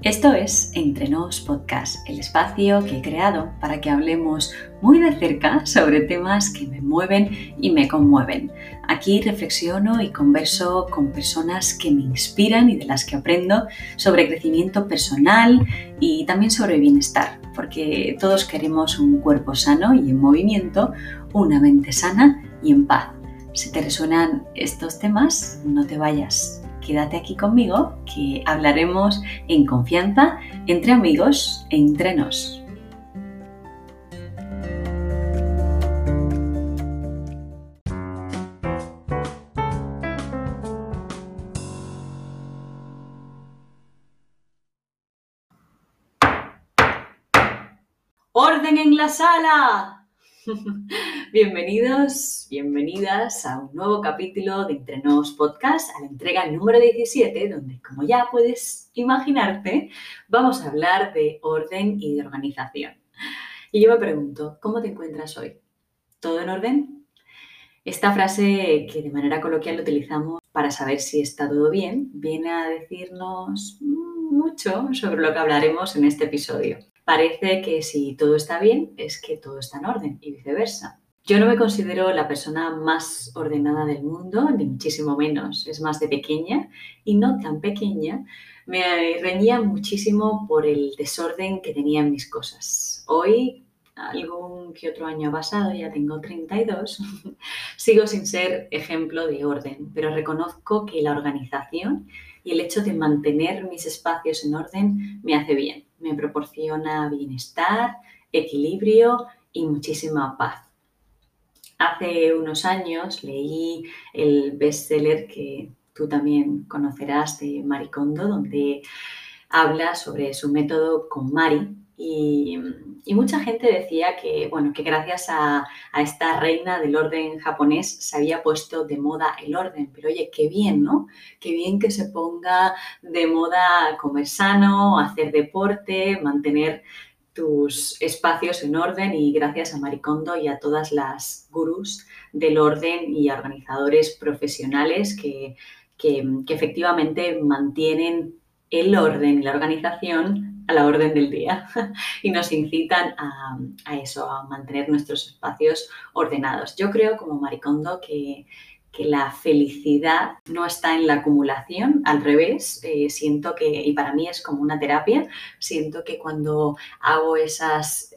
Esto es Entre Nos Podcast, el espacio que he creado para que hablemos muy de cerca sobre temas que me mueven y me conmueven. Aquí reflexiono y converso con personas que me inspiran y de las que aprendo sobre crecimiento personal y también sobre bienestar, porque todos queremos un cuerpo sano y en movimiento, una mente sana y en paz. Si te resuenan estos temas, no te vayas. Quédate aquí conmigo que hablaremos en confianza, entre amigos e entre nos. ¡Orden en la sala! Bienvenidos, bienvenidas a un nuevo capítulo de Entre Nos Podcast, a la entrega número 17, donde, como ya puedes imaginarte, vamos a hablar de orden y de organización. Y yo me pregunto, ¿cómo te encuentras hoy? ¿Todo en orden? Esta frase que de manera coloquial utilizamos para saber si está todo bien, viene a decirnos mucho sobre lo que hablaremos en este episodio. Parece que si todo está bien, es que todo está en orden y viceversa. Yo no me considero la persona más ordenada del mundo, ni muchísimo menos. Es más, de pequeña y no tan pequeña, me reñía muchísimo por el desorden que tenía en mis cosas. Hoy, algún que otro año ha pasado, ya tengo 32, sigo sin ser ejemplo de orden, pero reconozco que la organización y el hecho de mantener mis espacios en orden me hace bien. Me proporciona bienestar, equilibrio y muchísima paz. Hace unos años leí el bestseller que tú también conocerás de Marie Kondo, donde habla sobre su método KonMari y mucha gente decía que, que gracias a esta reina del orden japonés se había puesto de moda el orden. Pero oye, qué bien, ¿no? Qué bien que se ponga de moda comer sano, hacer deporte, mantener tus espacios en orden, y gracias a Marie Kondo y a todas las gurús del orden y organizadores profesionales que efectivamente mantienen el orden y la organización a la orden del día y nos incitan a eso, a mantener nuestros espacios ordenados. Yo creo, como Marie Kondo, que la felicidad no está en la acumulación, al revés. Siento que, y para mí es como una terapia, siento que cuando hago esas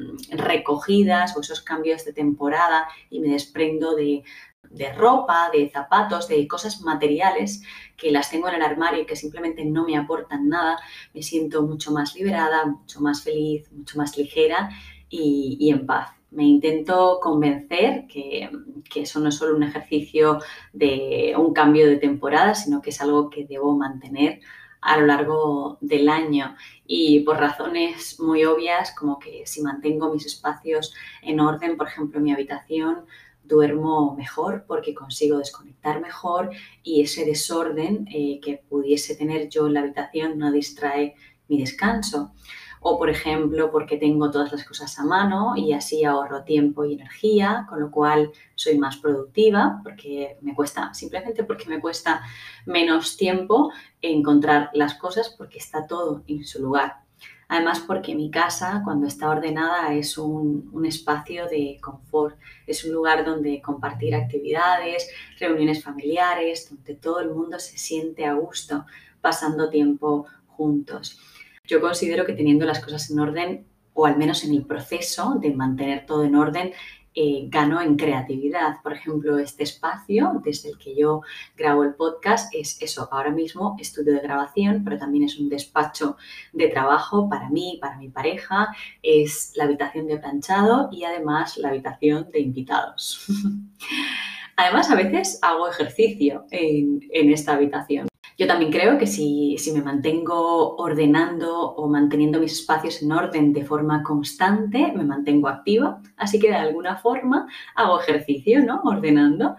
recogidas o esos cambios de temporada y me desprendo de ropa, de zapatos, de cosas materiales que las tengo en el armario y que simplemente no me aportan nada, me siento mucho más liberada, mucho más feliz, mucho más ligera y en paz. Me intento convencer que eso no es solo un ejercicio de un cambio de temporada, sino que es algo que debo mantener a lo largo del año, y por razones muy obvias, como que si mantengo mis espacios en orden, por ejemplo, mi habitación, duermo mejor porque consigo desconectar mejor y ese desorden que pudiese tener yo en la habitación no distrae mi descanso. O, por ejemplo, porque tengo todas las cosas a mano y así ahorro tiempo y energía, con lo cual soy más productiva, simplemente porque me cuesta menos tiempo encontrar las cosas porque está todo en su lugar. Además, porque mi casa, cuando está ordenada, es un espacio de confort, es un lugar donde compartir actividades, reuniones familiares, donde todo el mundo se siente a gusto pasando tiempo juntos. Yo considero que teniendo las cosas en orden, o al menos en el proceso de mantener todo en orden, gano en creatividad. Por ejemplo, este espacio desde el que yo grabo el podcast es eso, ahora mismo estudio de grabación, pero también es un despacho de trabajo para mí, para mi pareja, es la habitación de planchado y además la habitación de invitados. Además, a veces hago ejercicio en esta habitación. Yo también creo que si me mantengo ordenando o manteniendo mis espacios en orden de forma constante, me mantengo activa, así que de alguna forma hago ejercicio, ¿no? Ordenando.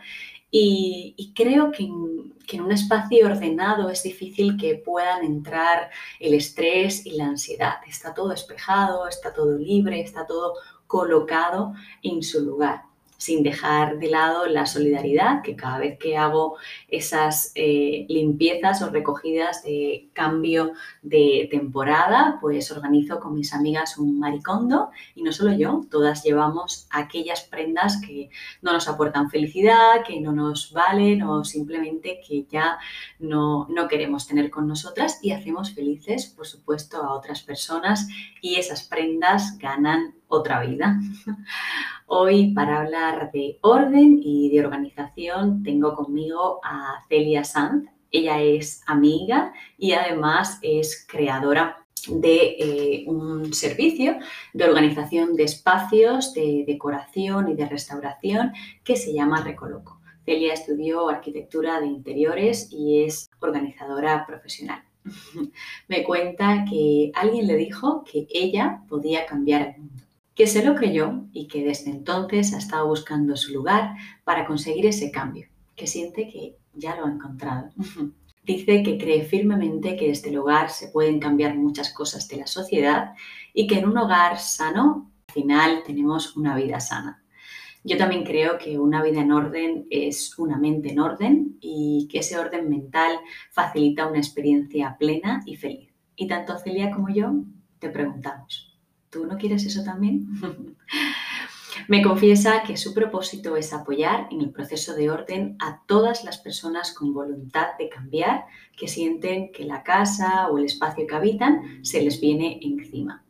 Y creo que en un espacio ordenado es difícil que puedan entrar el estrés y la ansiedad. Está todo despejado, está todo libre, está todo colocado en su lugar. sin dejar de lado la solidaridad, que cada vez que hago esas limpiezas o recogidas de cambio de temporada, pues organizo con mis amigas un maricondo y no solo yo, todas llevamos aquellas prendas que no nos aportan felicidad, que no nos valen o simplemente que ya no queremos tener con nosotras y hacemos felices, por supuesto, a otras personas y esas prendas ganan otra vida. Hoy, para hablar de orden y de organización, tengo conmigo a Celia Sanz. Ella es amiga y además es creadora de un servicio de organización de espacios, de decoración y de restauración que se llama Recoloco. Celia estudió arquitectura de interiores y es organizadora profesional. Me cuenta que alguien le dijo que ella podía cambiar el mundo, que se lo creyó y que desde entonces ha estado buscando su lugar para conseguir ese cambio, que siente que ya lo ha encontrado. Dice que cree firmemente que desde el hogar se pueden cambiar muchas cosas de la sociedad y que en un hogar sano, al final tenemos una vida sana. Yo también creo que una vida en orden es una mente en orden y que ese orden mental facilita una experiencia plena y feliz. Y tanto Celia como yo te preguntamos, ¿tú no quieres eso también? Me confiesa que su propósito es apoyar en el proceso de orden a todas las personas con voluntad de cambiar, que sienten que la casa o el espacio que habitan se les viene encima.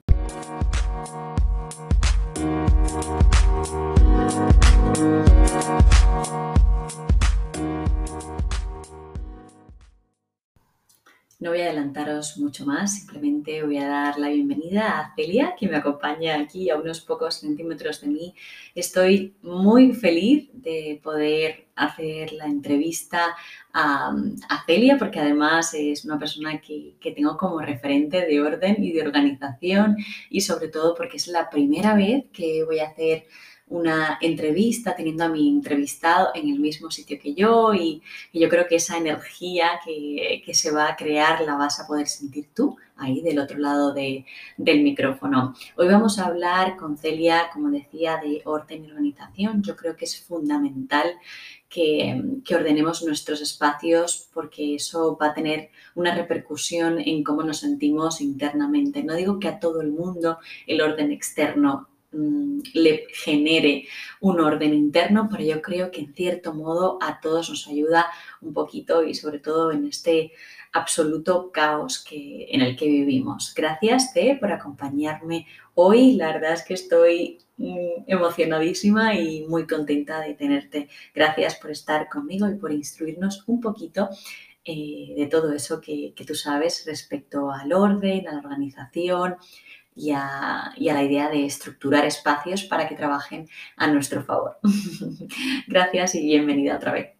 No voy a adelantaros mucho más, simplemente voy a dar la bienvenida a Celia, que me acompaña aquí a unos pocos centímetros de mí. Estoy muy feliz de poder hacer la entrevista a Celia, porque además es una persona que tengo como referente de orden y de organización y sobre todo porque es la primera vez que voy a hacer una entrevista teniendo a mi entrevistado en el mismo sitio que yo y yo creo que esa energía que se va a crear la vas a poder sentir tú ahí del otro lado del micrófono. Hoy vamos a hablar con Celia, como decía, de orden y organización. Yo creo que es fundamental que ordenemos nuestros espacios porque eso va a tener una repercusión en cómo nos sentimos internamente. No digo que a todo el mundo el orden externo le genere un orden interno, pero yo creo que en cierto modo a todos nos ayuda un poquito y sobre todo en este absoluto caos en el que vivimos. Gracias, por acompañarme hoy. La verdad es que estoy emocionadísima y muy contenta de tenerte. Gracias por estar conmigo y por instruirnos un poquito de todo eso que tú sabes respecto al orden, a la organización y a la idea de estructurar espacios para que trabajen a nuestro favor. Gracias y bienvenida otra vez.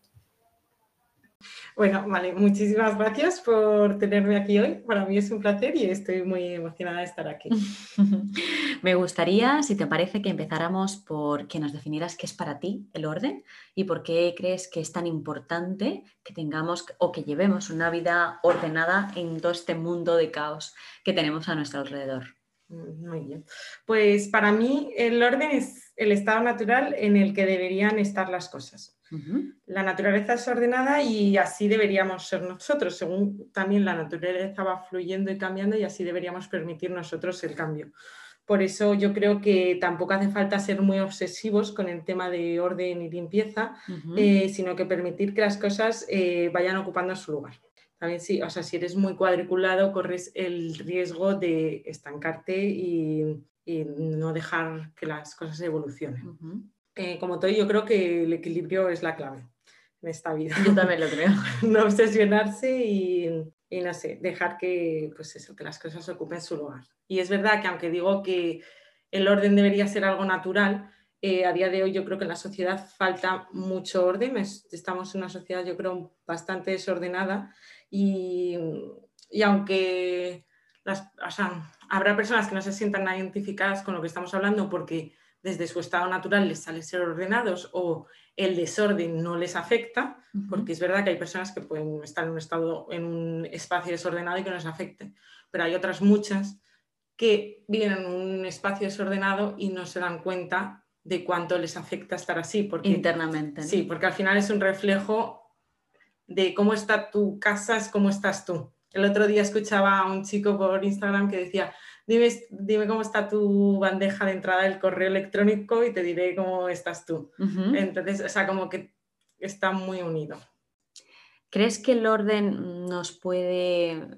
Bueno, vale, muchísimas gracias por tenerme aquí hoy. Para mí es un placer y estoy muy emocionada de estar aquí. Me gustaría, si te parece, que empezáramos por que nos definieras qué es para ti el orden y por qué crees que es tan importante que tengamos o que llevemos una vida ordenada en todo este mundo de caos que tenemos a nuestro alrededor. Muy bien. Pues para mí el orden es el estado natural en el que deberían estar las cosas. La naturaleza es ordenada y así deberíamos ser nosotros, según también la naturaleza va fluyendo y cambiando y así deberíamos permitir nosotros el cambio. Por eso yo creo que tampoco hace falta ser muy obsesivos con el tema de orden y limpieza, sino que permitir que las cosas vayan ocupando su lugar. También sí, o sea, si eres muy cuadriculado corres el riesgo de estancarte y no dejar que las cosas evolucionen. Como todo, yo creo que el equilibrio es la clave en esta vida. Yo también lo creo. No obsesionarse y no sé, dejar que, pues eso, que las cosas ocupen su lugar. Y es verdad que aunque digo que el orden debería ser algo natural, a día de hoy yo creo que en la sociedad falta mucho orden. Estamos en una sociedad, yo creo, bastante desordenada y aunque o sea, habrá personas que no se sientan identificadas con lo que estamos hablando porque desde su estado natural les sale ser ordenados o el desorden no les afecta, porque es verdad que hay personas que pueden estar en un espacio desordenado y que no les afecte, pero hay otras muchas que viven en un espacio desordenado y no se dan cuenta de cuánto les afecta estar así. Porque, internamente, ¿no? Sí, porque al final es un reflejo de cómo está tu casa, es cómo estás tú. El otro día escuchaba a un chico por Instagram que decía, dime cómo está tu bandeja de entrada del correo electrónico y te diré cómo estás tú. Entonces, o sea, como que está muy unido. ¿Crees que el orden nos puede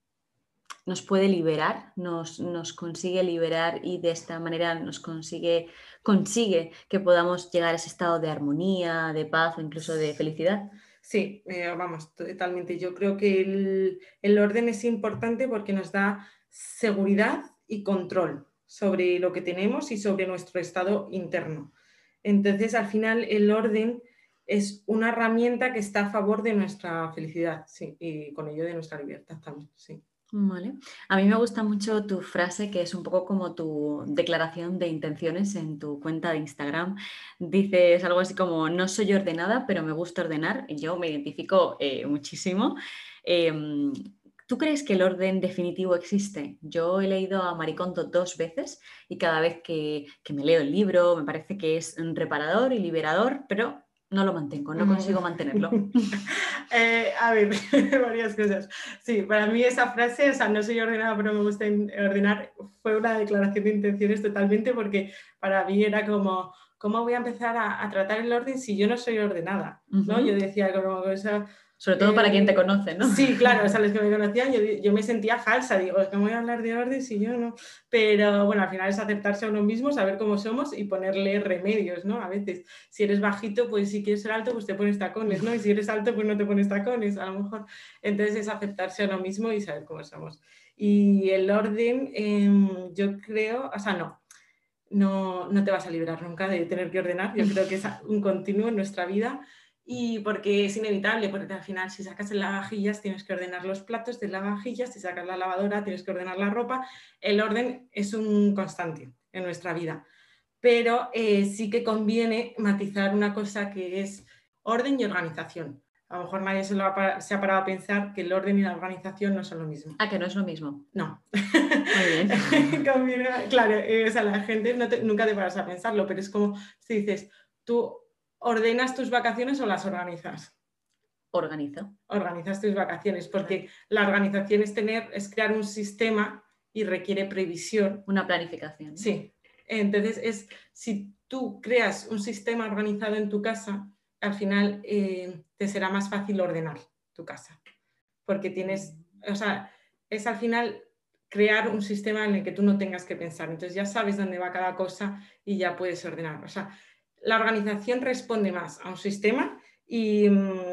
liberar, nos consigue liberar y de esta manera consigue que podamos llegar a ese estado de armonía, de paz o incluso de felicidad? Sí, vamos, totalmente. Yo creo que el orden es importante porque nos da seguridad y control sobre lo que tenemos y sobre nuestro estado interno. Entonces, al final, el orden es una herramienta que está a favor de nuestra felicidad, sí, y con ello de nuestra libertad también, sí. Vale. A mí me gusta mucho tu frase, que es un poco como tu declaración de intenciones en tu cuenta de Instagram. Dices algo así como, no soy ordenada, pero me gusta ordenar. Y yo me identifico muchísimo. Em, ¿Tú crees que el orden definitivo existe? Yo he leído a Marie Kondo 2 veces y cada vez que me leo el libro me parece que es reparador y liberador, pero no lo mantengo, no consigo mantenerlo. A ver, varias cosas. Sí, para mí esa frase, o sea, no soy ordenada, pero me gusta ordenar, fue una declaración de intenciones totalmente, porque para mí era como, ¿cómo voy a empezar a tratar el orden si yo no soy ordenada? ¿No? Yo decía como, o sea, Sobre todo para quien te conoce, ¿no? Sí, claro, o sea, los que me conocían, yo me sentía falsa, digo, es que voy a hablar de orden si yo no. Pero bueno, al final es aceptarse a uno mismo, saber cómo somos y ponerle remedios, ¿no? A veces, si eres bajito, pues si quieres ser alto, pues te pones tacones, ¿no? Y si eres alto, pues no te pones tacones, a lo mejor. Entonces es aceptarse a uno mismo y saber cómo somos. Y el orden, yo creo, o sea, no te vas a librar nunca de tener que ordenar, yo creo que es un continuo en nuestra vida. Y porque es inevitable, porque al final si sacas el lavavajillas tienes que ordenar los platos de lavavajillas, si sacas la lavadora tienes que ordenar la ropa. El orden es un constante en nuestra vida, pero sí que conviene matizar una cosa que es orden y organización. A lo mejor nadie se ha parado a pensar que el orden y la organización no son lo mismo. Ah, que no es lo mismo. No. Muy bien. Claro, o sea, la gente nunca te paras a pensarlo, pero es como si dices, tú ¿ordenas tus vacaciones o las organizas? Organizo. Organizas tus vacaciones, porque la organización es crear un sistema y requiere previsión. Una planificación. Sí. Entonces, si tú creas un sistema organizado en tu casa, al final te será más fácil ordenar tu casa. Porque tienes, o sea, es al final crear un sistema en el que tú no tengas que pensar. Entonces ya sabes dónde va cada cosa y ya puedes ordenar. O sea, la organización responde más a un sistema y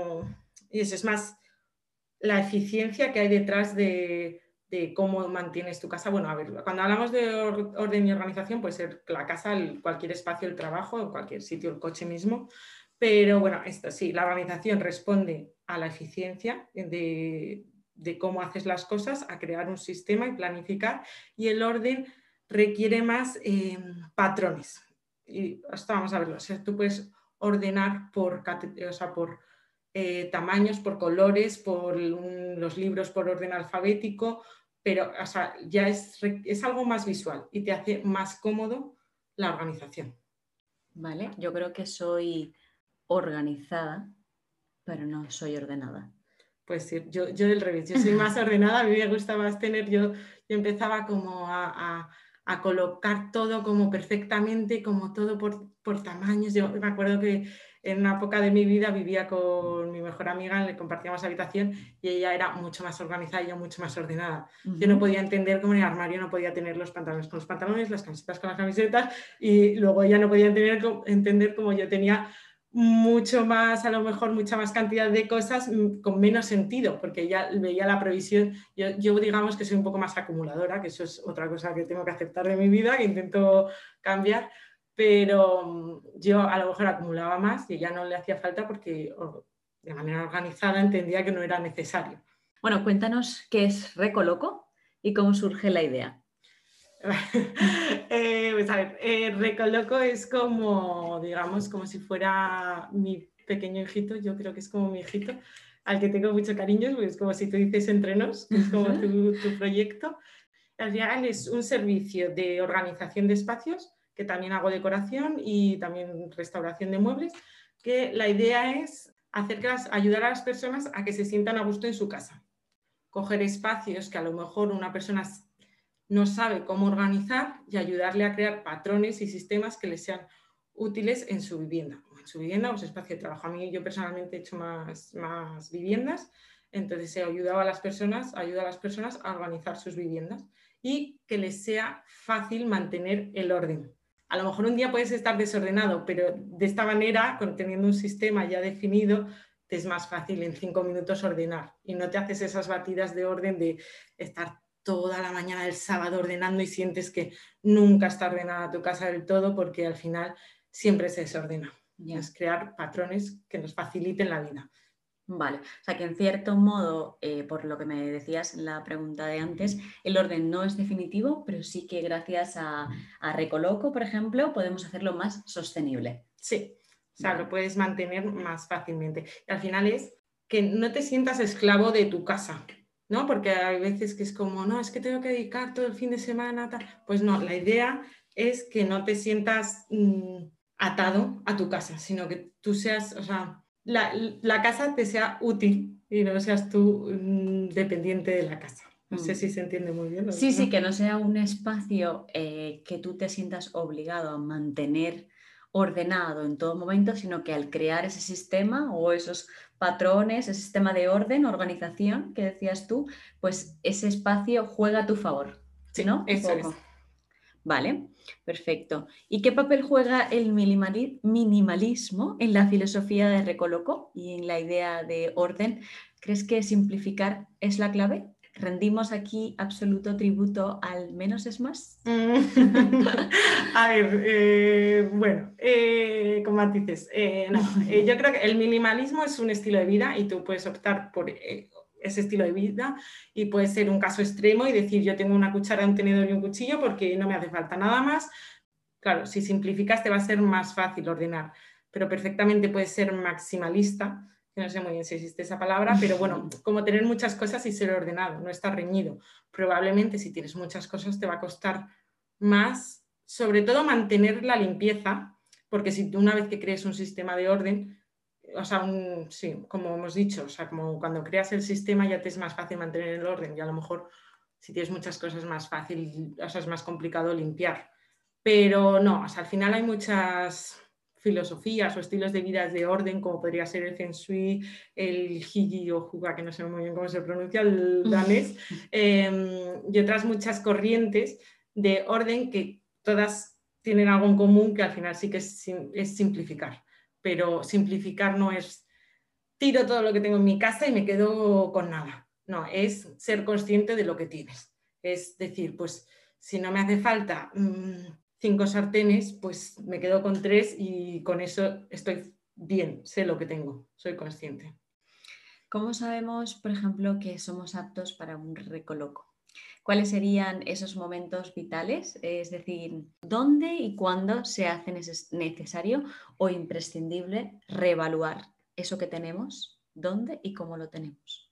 eso es más la eficiencia que hay detrás de cómo mantienes tu casa. Bueno, a ver, cuando hablamos de orden y organización, puede ser la casa, cualquier espacio, el trabajo, en cualquier sitio, el coche mismo. Pero bueno, esto sí, la organización responde a la eficiencia de cómo haces las cosas, a crear un sistema y planificar, y el orden requiere más patrones. Y hasta vamos a verlo, o sea, tú puedes ordenar por tamaños, por colores, por los libros por orden alfabético, pero o sea, ya es algo más visual y te hace más cómodo la organización. Vale, yo creo que soy organizada, pero no soy ordenada. Pues sí, yo del revés, yo soy más ordenada, a mí me gusta más yo empezaba como a colocar todo como perfectamente, como todo por tamaños. Yo me acuerdo que en una época de mi vida vivía con mi mejor amiga, le compartíamos habitación y ella era mucho más organizada y yo mucho más ordenada. Yo no podía entender cómo en el armario no podía tener los pantalones con los pantalones, las camisetas con las camisetas, y luego ella no podía entender cómo yo tenía mucho más, a lo mejor mucha más cantidad de cosas con menos sentido, porque ya veía la previsión. Yo digamos que soy un poco más acumuladora, que eso es otra cosa que tengo que aceptar de mi vida, que intento cambiar, pero yo a lo mejor acumulaba más y ya no le hacía falta porque de manera organizada entendía que no era necesario. Bueno, cuéntanos qué es Recoloco y cómo surge la idea. Pues a ver, Recoloco es como, digamos, como si fuera mi pequeño hijito, yo creo que es como mi hijito, al que tengo mucho cariño, porque es como si tú dices entre nos, que es como tu proyecto. Al final es un servicio de organización de espacios que también hago decoración y también restauración de muebles, que la idea es ayudar a las personas a que se sientan a gusto en su casa. Coger espacios que a lo mejor una persona no sabe cómo organizar y ayudarle a crear patrones y sistemas que les sean útiles en su vivienda o su espacio de trabajo. A mí, yo personalmente he hecho más viviendas, entonces he ayudado a las personas a organizar sus viviendas y que les sea fácil mantener el orden. A lo mejor un día puedes estar desordenado, pero de esta manera, teniendo un sistema ya definido, te es más fácil en 5 minutos ordenar y no te haces esas batidas de orden de estar toda la mañana del sábado ordenando y sientes que nunca está ordenada tu casa del todo porque al final siempre se desordena. Es crear patrones que nos faciliten la vida. Vale, o sea que en cierto modo, por lo que me decías en la pregunta de antes, el orden no es definitivo, pero sí que gracias a Recoloco, por ejemplo, podemos hacerlo más sostenible. Sí, o sea, lo puedes mantener más fácilmente. Y al final es que no te sientas esclavo de tu casa, ¿no? Porque hay veces que es como, no, es que tengo que dedicar todo el fin de semana, tal. Pues no, la idea es que no te sientas atado a tu casa, sino que tú seas, o sea, la casa te sea útil y no seas tú dependiente de la casa. No sé si se entiende muy bien. Sí, sí, que no sea un espacio que tú te sientas obligado a mantener ordenado en todo momento, sino que al crear ese sistema o esos patrones, ese sistema de orden, organización que decías tú, pues ese espacio juega a tu favor, sí, ¿no? Eso es. Vale, perfecto. ¿Y qué papel juega el minimalismo en la filosofía de Recoloco y en la idea de orden? ¿Crees que simplificar es la clave? ¿Rendimos aquí absoluto tributo al menos es más? A ver, bueno, con matices. No, yo creo que el minimalismo es un estilo de vida y tú puedes optar por ese estilo de vida y puede ser un caso extremo y decir yo tengo una cuchara, un tenedor y un cuchillo porque no me hace falta nada más. Claro, si simplificas te va a ser más fácil ordenar, pero perfectamente puedes ser maximalista, que no sé muy bien si existe esa palabra, pero bueno, como tener muchas cosas y ser ordenado, no estar reñido. Probablemente si tienes muchas cosas te va a costar más, sobre todo mantener la limpieza, porque si tú una vez que crees un sistema de orden, o sea, sí, como hemos dicho, o sea, como cuando creas el sistema ya te es más fácil mantener el orden y a lo mejor si tienes muchas cosas más fácil, o sea, es más complicado limpiar. Pero no, o sea, al final hay muchas filosofías o estilos de vida de orden, como podría ser el Feng Shui, el Higi o Juga, que no sé muy bien cómo se pronuncia, el danés, y otras muchas corrientes de orden que todas tienen algo en común, que al final sí que es simplificar. Pero simplificar no es tiro todo lo que tengo en mi casa y me quedo con nada. No, es ser consciente de lo que tienes. Es decir, pues si no me hace falta 5 sartenes, pues me quedo con 3 y con eso estoy bien, sé lo que tengo, soy consciente. ¿Cómo sabemos, por ejemplo, que somos aptos para un recoloco? ¿Cuáles serían esos momentos vitales? Es decir, ¿dónde y cuándo se hace necesario o imprescindible reevaluar eso que tenemos? ¿Dónde y cómo lo tenemos?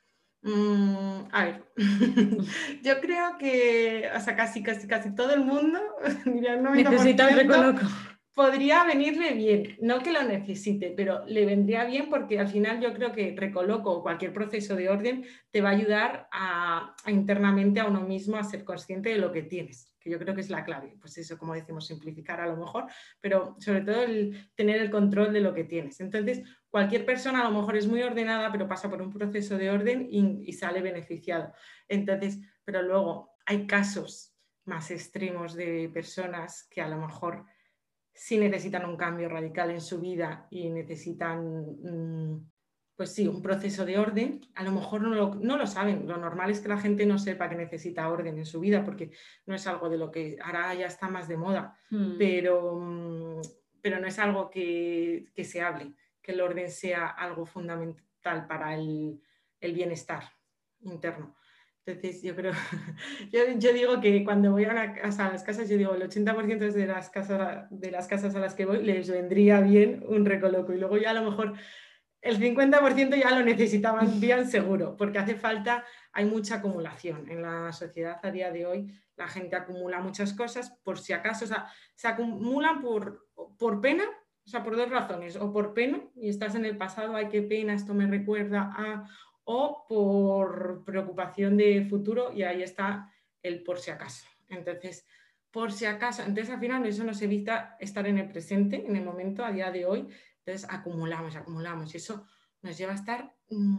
A ver, yo creo que, o sea, casi todo el mundo, diría el 90%, necesita un recoloco. Podría venirle bien, no que lo necesite, pero le vendría bien porque al final yo creo que Recoloco o cualquier proceso de orden te va a ayudar a internamente a uno mismo a ser consciente de lo que tienes, que yo creo que es la clave. Pues eso, como decimos, simplificar a lo mejor, pero sobre todo el tener el control de lo que tienes. Entonces, cualquier persona a lo mejor es muy ordenada, pero pasa por un proceso de orden y sale beneficiado. Entonces, pero luego hay casos más extremos de personas que a lo mejor sí necesitan un cambio radical en su vida y necesitan, pues sí, un proceso de orden, a lo mejor no lo saben. Lo normal es que la gente no sepa que necesita orden en su vida porque no es algo de lo que ahora ya está más de moda, pero no es algo que se hable, que el orden sea algo fundamental para el bienestar interno. Entonces, yo creo, yo digo que cuando voy a las casas, yo digo el 80% de las casas a las que voy les vendría bien un recoloco y luego ya a lo mejor el 50% ya lo necesitaban bien seguro, porque hace falta, hay mucha acumulación en la sociedad a día de hoy. La gente acumula muchas cosas por si acaso, o sea, se acumulan por pena, o sea, por dos razones, o por pena, y estás en el pasado, ay, qué pena, esto me recuerda a, o por preocupación de futuro, y ahí está el por si acaso. Entonces, por si acaso, entonces al final eso nos evita estar en el presente, en el momento, a día de hoy. Entonces acumulamos y eso nos lleva a estar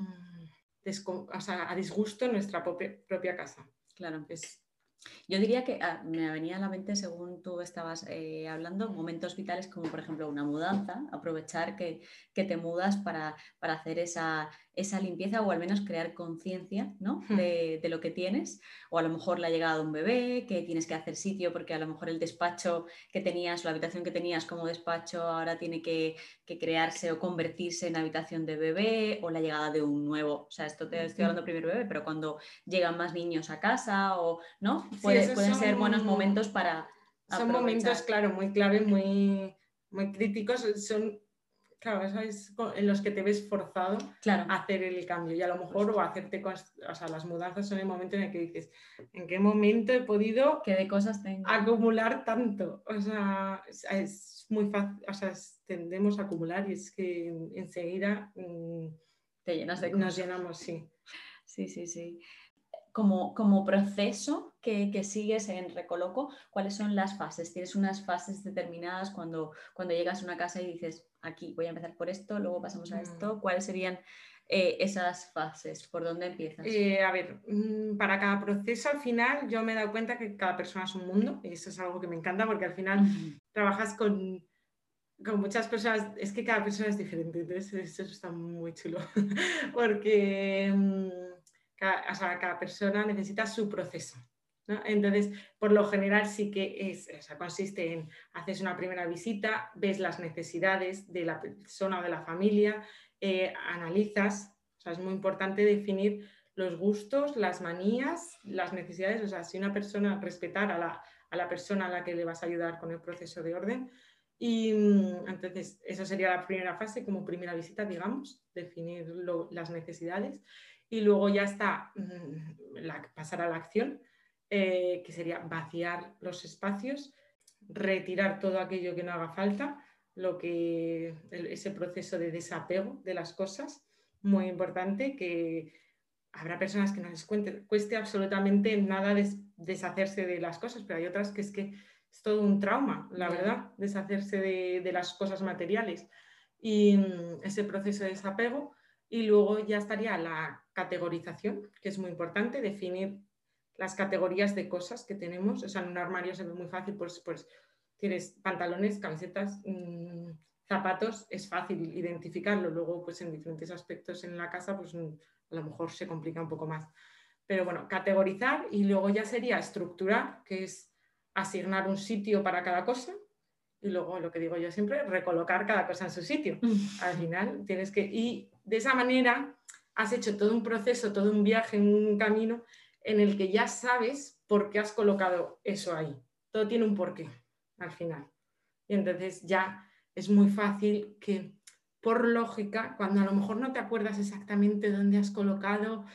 o sea, a disgusto en nuestra propia casa. Claro. Yo diría que me venía a la mente, según tú estabas hablando, momentos vitales como por ejemplo una mudanza, aprovechar que te mudas para hacer esa limpieza o al menos crear conciencia, ¿no? de lo que tienes, o a lo mejor la llegada de un bebé, que tienes que hacer sitio porque a lo mejor el despacho que tenías, la habitación que tenías como despacho ahora tiene que crearse o convertirse en habitación de bebé, o la llegada de un nuevo, o sea, esto te estoy hablando primero bebé, pero cuando llegan más niños a casa o, ¿no? Pueden ser buenos momentos para aprovechar. Son momentos, claro, muy clave, muy críticos. Son, claro, es en los que te ves forzado a hacer el cambio. Y a lo mejor, o hacerte, o sea, las mudanzas son el momento en el que dices, ¿en qué momento he podido ¿qué de cosas tengo? Acumular tanto? O sea, es muy fácil, o sea, tendemos a acumular y es que enseguida te llenas de cosas. Nos llenamos, sí. Sí. Como proceso que sigues en Recoloco, ¿cuáles son las fases? ¿Tienes unas fases determinadas cuando llegas a una casa y dices, aquí voy a empezar por esto, luego pasamos a esto? ¿Cuáles serían esas fases? ¿Por dónde empiezas? A ver, para cada proceso al final yo me he dado cuenta que cada persona es un mundo y eso es algo que me encanta porque al final trabajas con muchas personas, es que cada persona es diferente, entonces eso está muy chulo porque cada persona necesita su proceso, ¿no? Entonces, por lo general sí que consiste en haces una primera visita, ves las necesidades de la persona o de la familia, analizas, o sea, es muy importante definir los gustos, las manías, las necesidades, o sea, si una persona respetar a la persona a la que le vas a ayudar con el proceso de orden. Y entonces, esa sería la primera fase, como primera visita, digamos, definir las necesidades. Y luego ya está pasar a la acción, que sería vaciar los espacios, retirar todo aquello que no haga falta, ese proceso de desapego de las cosas, muy importante, que habrá personas que no les cueste absolutamente nada deshacerse de las cosas, pero hay otras que es todo un trauma, la verdad, deshacerse de las cosas materiales. Y ese proceso de desapego. Y luego ya estaría la categorización, que es muy importante, definir las categorías de cosas que tenemos. O sea, en un armario se ve muy fácil, pues tienes pantalones, camisetas, zapatos, es fácil identificarlo. Luego, pues en diferentes aspectos en la casa, pues a lo mejor se complica un poco más. Pero bueno, categorizar y luego ya sería estructurar, que es asignar un sitio para cada cosa y luego, lo que digo yo siempre, recolocar cada cosa en su sitio. Al final tienes que... Y de esa manera has hecho todo un proceso, todo un viaje, un camino en el que ya sabes por qué has colocado eso ahí. Todo tiene un porqué al final. Y entonces ya es muy fácil que, por lógica, cuando a lo mejor no te acuerdas exactamente dónde has colocado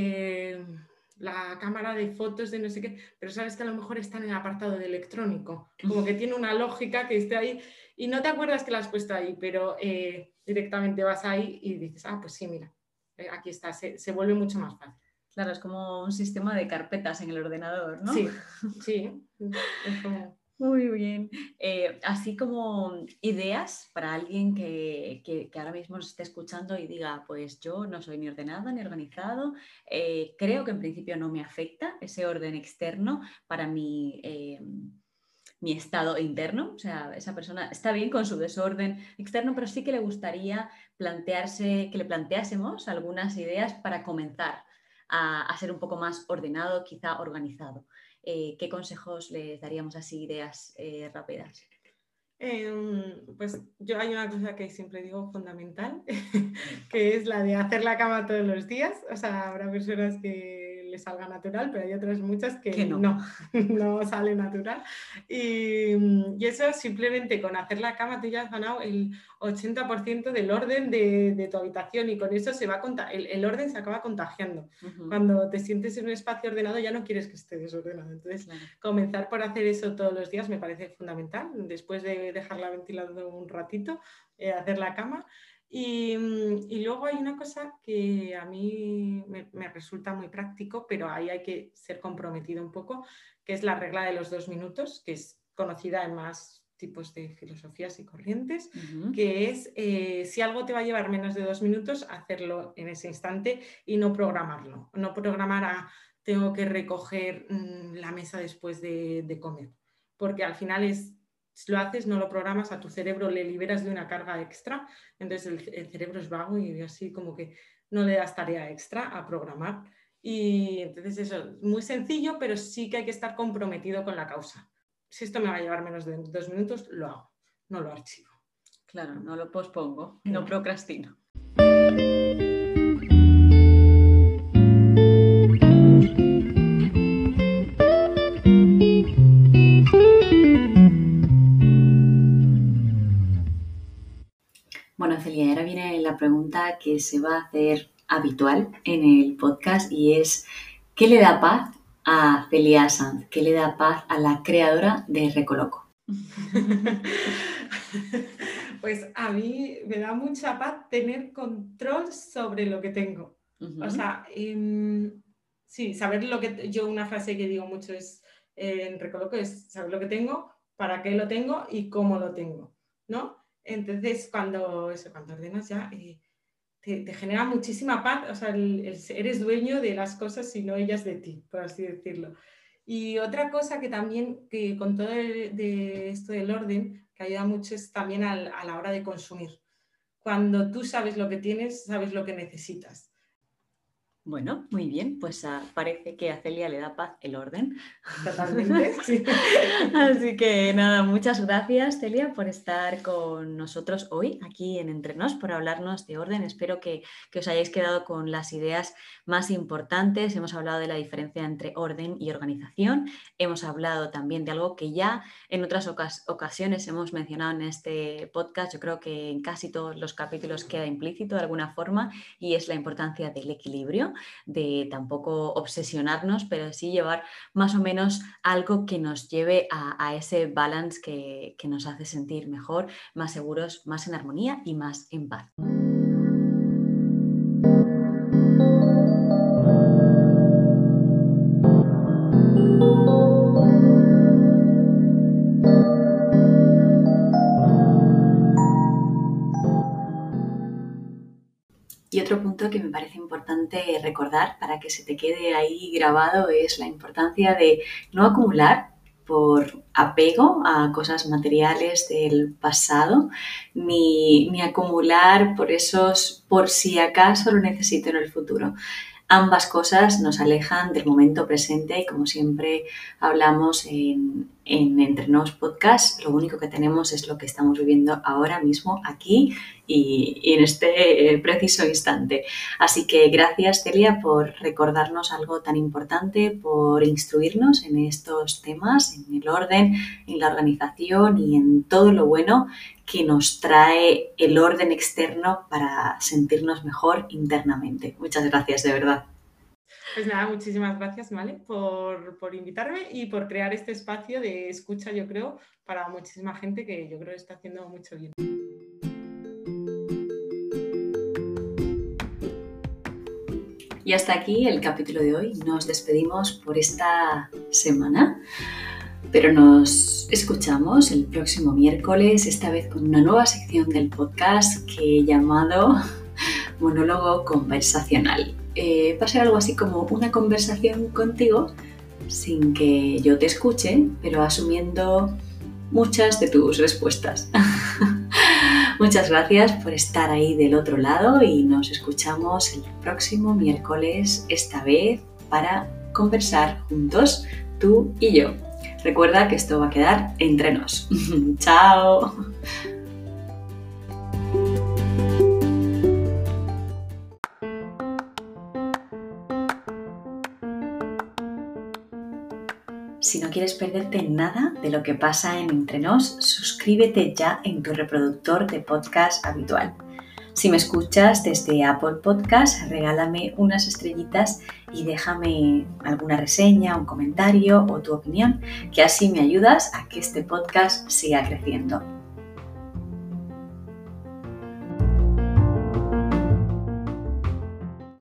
la cámara de fotos de no sé qué, pero sabes que a lo mejor está en el apartado de electrónico, como que tiene una lógica que esté ahí y no te acuerdas que la has puesto ahí, pero directamente vas ahí y dices, pues sí, mira, aquí está, se vuelve mucho más fácil. Claro, es como un sistema de carpetas en el ordenador, ¿no? Sí, es como... Muy bien. Así como ideas para alguien que ahora mismo nos esté escuchando y diga, pues yo no soy ni ordenado ni organizado, creo que en principio no me afecta ese orden externo para mi estado interno. O sea, esa persona está bien con su desorden externo, pero sí que le gustaría que le planteásemos algunas ideas para comenzar a ser un poco más ordenado, quizá organizado. ¿Qué consejos les daríamos así, ideas rápidas? Pues yo hay una cosa que siempre digo fundamental, que es la de hacer la cama todos los días. O sea, habrá personas que le salga natural, pero hay otras muchas que no. no sale natural. Y eso simplemente con hacer la cama tú ya has ganado el 80% del orden de tu habitación, y con eso el orden se acaba contagiando. Cuando te sientes en un espacio ordenado ya no quieres que esté desordenado. Entonces, comenzar por hacer eso todos los días me parece fundamental. Después de dejarla ventilando un ratito, hacer la cama. Y luego hay una cosa que a mí me resulta muy práctico, pero ahí hay que ser comprometido un poco, que es la regla de los 2 minutos, que es conocida en más tipos de filosofías y corrientes, que es si algo te va a llevar menos de 2 minutos, hacerlo en ese instante y no programarlo. No programar a tengo que recoger la mesa después de comer, porque al final si lo haces, no lo programas, a tu cerebro le liberas de una carga extra, entonces el cerebro es vago y así como que no le das tarea extra a programar. Y entonces eso, muy sencillo, pero sí que hay que estar comprometido con la causa. Si esto me va a llevar menos de 2 minutos, lo hago, no lo archivo. Claro, no lo pospongo, no procrastino. Bueno, Celia, ahora viene la pregunta que se va a hacer habitual en el podcast y es ¿qué le da paz a Celia Sanz? ¿Qué le da paz a la creadora de Recoloco? Pues a mí me da mucha paz tener control sobre lo que tengo. O sea, sí, saber lo que... Yo una frase que digo mucho en Recoloco es saber lo que tengo, para qué lo tengo y cómo lo tengo, ¿no? Entonces, cuando ordenas ya, te genera muchísima paz. O sea, eres dueño de las cosas y no ellas de ti, por así decirlo. Y otra cosa que también, que con todo de esto del orden, que ayuda mucho es también a la hora de consumir. Cuando tú sabes lo que tienes, sabes lo que necesitas. Bueno, muy bien, pues parece que a Celia le da paz el orden. Totalmente, sí. Así que nada, muchas gracias Celia por estar con nosotros hoy aquí en Entre Nos, por hablarnos de orden. Espero que os hayáis quedado con las ideas más importantes. Hemos hablado de la diferencia entre orden y organización. Hemos hablado también de algo que ya en otras ocasiones hemos mencionado en este podcast. Yo creo que en casi todos los capítulos queda implícito de alguna forma, y es la importancia del equilibrio, de tampoco obsesionarnos, pero sí llevar más o menos algo que nos lleve a ese balance que nos hace sentir mejor, más seguros, más en armonía y más en paz. Y otro punto que me parece importante recordar para que se te quede ahí grabado es la importancia de no acumular por apego a cosas materiales del pasado, ni acumular por esos por si acaso lo necesito en el futuro. Ambas cosas nos alejan del momento presente y, como siempre hablamos en Entre Nos Podcast, lo único que tenemos es lo que estamos viviendo ahora mismo aquí y en este preciso instante. Así que gracias, Celia, por recordarnos algo tan importante, por instruirnos en estos temas, en el orden, en la organización y en todo lo bueno que nos trae el orden externo para sentirnos mejor internamente. Muchas gracias, de verdad. Pues nada, muchísimas gracias, Male, por invitarme y por crear este espacio de escucha, yo creo, para muchísima gente que yo creo que está haciendo mucho bien. Y hasta aquí el capítulo de hoy. Nos despedimos por esta semana, pero nos escuchamos el próximo miércoles, esta vez con una nueva sección del podcast que he llamado Monólogo Conversacional. Va a ser algo así como una conversación contigo sin que yo te escuche, pero asumiendo muchas de tus respuestas. Muchas gracias por estar ahí del otro lado y nos escuchamos el próximo miércoles, esta vez para conversar juntos, tú y yo. Recuerda que esto va a quedar entre nos. ¡Chao! Si no quieres perderte nada de lo que pasa en Entre Nos, suscríbete ya en tu reproductor de podcast habitual. Si me escuchas desde Apple Podcast, regálame unas estrellitas y déjame alguna reseña, un comentario o tu opinión, que así me ayudas a que este podcast siga creciendo.